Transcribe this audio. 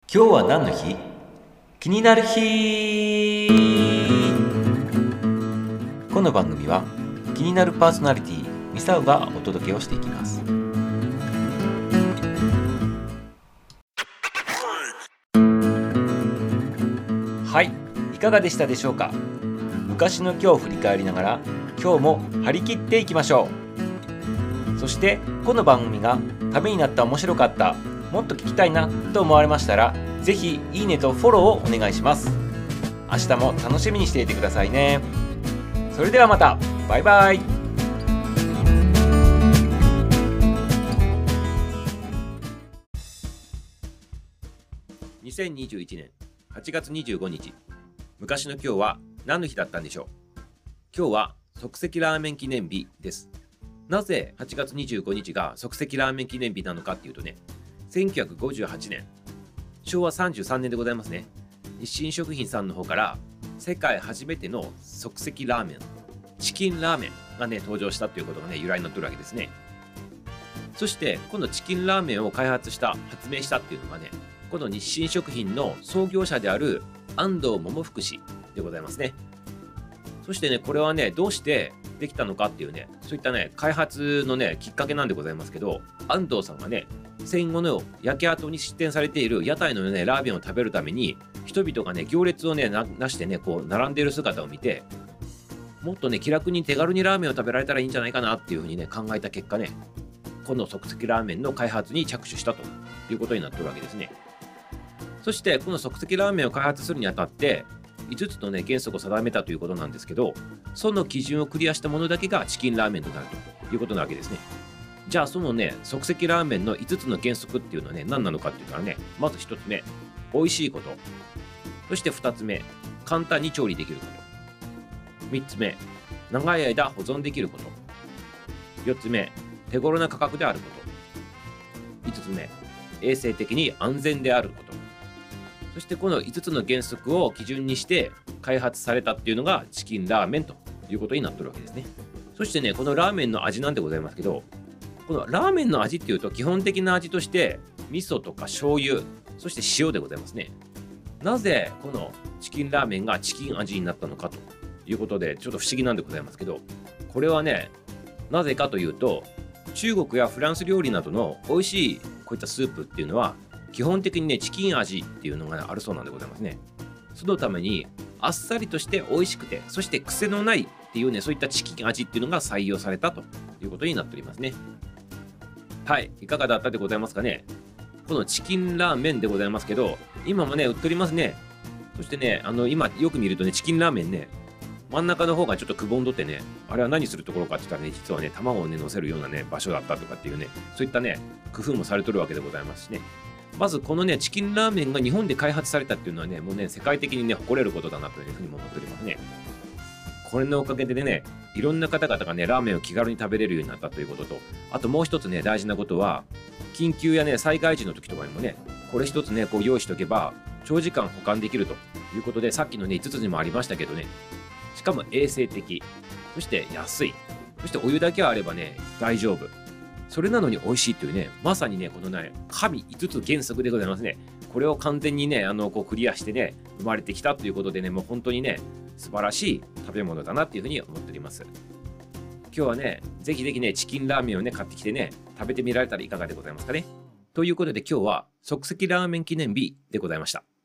今日は何の日？気になる日。この番組は気になるパーソナリティミサウがお届けをしていきます。はい、いかがでしたでしょうか。昔の今日を振り返りながら今日も張り切っていきましょう。そしてこの番組がためになった、面白かった、もっと聞きたいなと思われましたら、ぜひいいねとフォローをお願いします。明日も楽しみにしていてくださいね。それではまた。バイバイ。2021年8月25日、昔の今日は何の日だったんでしょう。今日は即席ラーメン記念日です。なぜ8月25日が即席ラーメン記念日なのかっていうとね、1958年、昭和33年でございますね。日清食品さんの方から世界初めての即席ラーメン、チキンラーメンがね登場したということがね由来になってるわけですね。そしてこのチキンラーメンを開発した発明したっていうのがね、この日清食品の創業者である安藤百福氏でございますね。そしてね、これはねどうしてできたのかっていうね、そういったね開発のねきっかけなんでございますけど、安藤さんがね戦後の焼け跡に出店されている屋台のねラーメンを食べるために人々がね行列をねなしてねこう並んでいる姿を見て、もっとね気楽に手軽にラーメンを食べられたらいいんじゃないかなっていうふうにね考えた結果ね、この即席ラーメンの開発に着手したということになってるわけですね。そしてこの即席ラーメンを開発するにあたって5つのね原則を定めたということなんですけど、その基準をクリアしたものだけがチキンラーメンとなるということなわけですね。じゃあそのね即席ラーメンの5つの原則っていうのはね何なのかっていうのはね、まず1つ目、美味しいこと。そして2つ目、簡単に調理できること。3つ目、長い間保存できること。4つ目、手頃な価格であること。5つ目、衛生的に安全であること。そしてこの5つの原則を基準にして開発されたっていうのがチキンラーメンということになってるわけですね。そしてね、このラーメンの味なんでございますけど、このラーメンの味っていうと基本的な味として味噌とか醤油、そして塩でございますね。なぜこのチキンラーメンがチキン味になったのかということでちょっと不思議なんでございますけど、これはねなぜかというと、中国やフランス料理などの美味しいこういったスープっていうのは基本的にねチキン味っていうのがあるそうなんでございますね。そのためにあっさりとして美味しくて、そして癖のないっていうね、そういったチキン味っていうのが採用されたということになっておりますね。はい、いかがだったでございますかね。このチキンラーメンでございますけど、今もね売っておりますね。そしてね、今よく見るとね、チキンラーメンね、真ん中の方がちょっとくぼんどってね、あれは何するところかって言ったらね、実はね卵をね乗せるようなね場所だったとかっていうね、そういったね工夫もされてるわけでございますしね。まずこのねチキンラーメンが日本で開発されたっていうのはね、もうね世界的にね誇れることだなというふうにも思っておりますね。これのおかげでね、いろんな方々がねラーメンを気軽に食べれるようになったということと、あともう一つね大事なことは、緊急やね災害時の時とかにもね、これ一つねこう用意しておけば長時間保管できるということで、さっきのね5つにもありましたけどね、しかも衛生的、そして安い、そしてお湯だけあればね大丈夫、それなのに美味しいというね、まさにねこのね神5つ原則でございますね。これを完全にねこうクリアしてね生まれてきたということでね、もう本当にね素晴らしい食べ物だなっていうふうに思っております。今日はねぜひぜひねチキンラーメンをね買ってきてね食べてみられたらいかがでございますかね。ということで今日は即席ラーメン記念日でございました。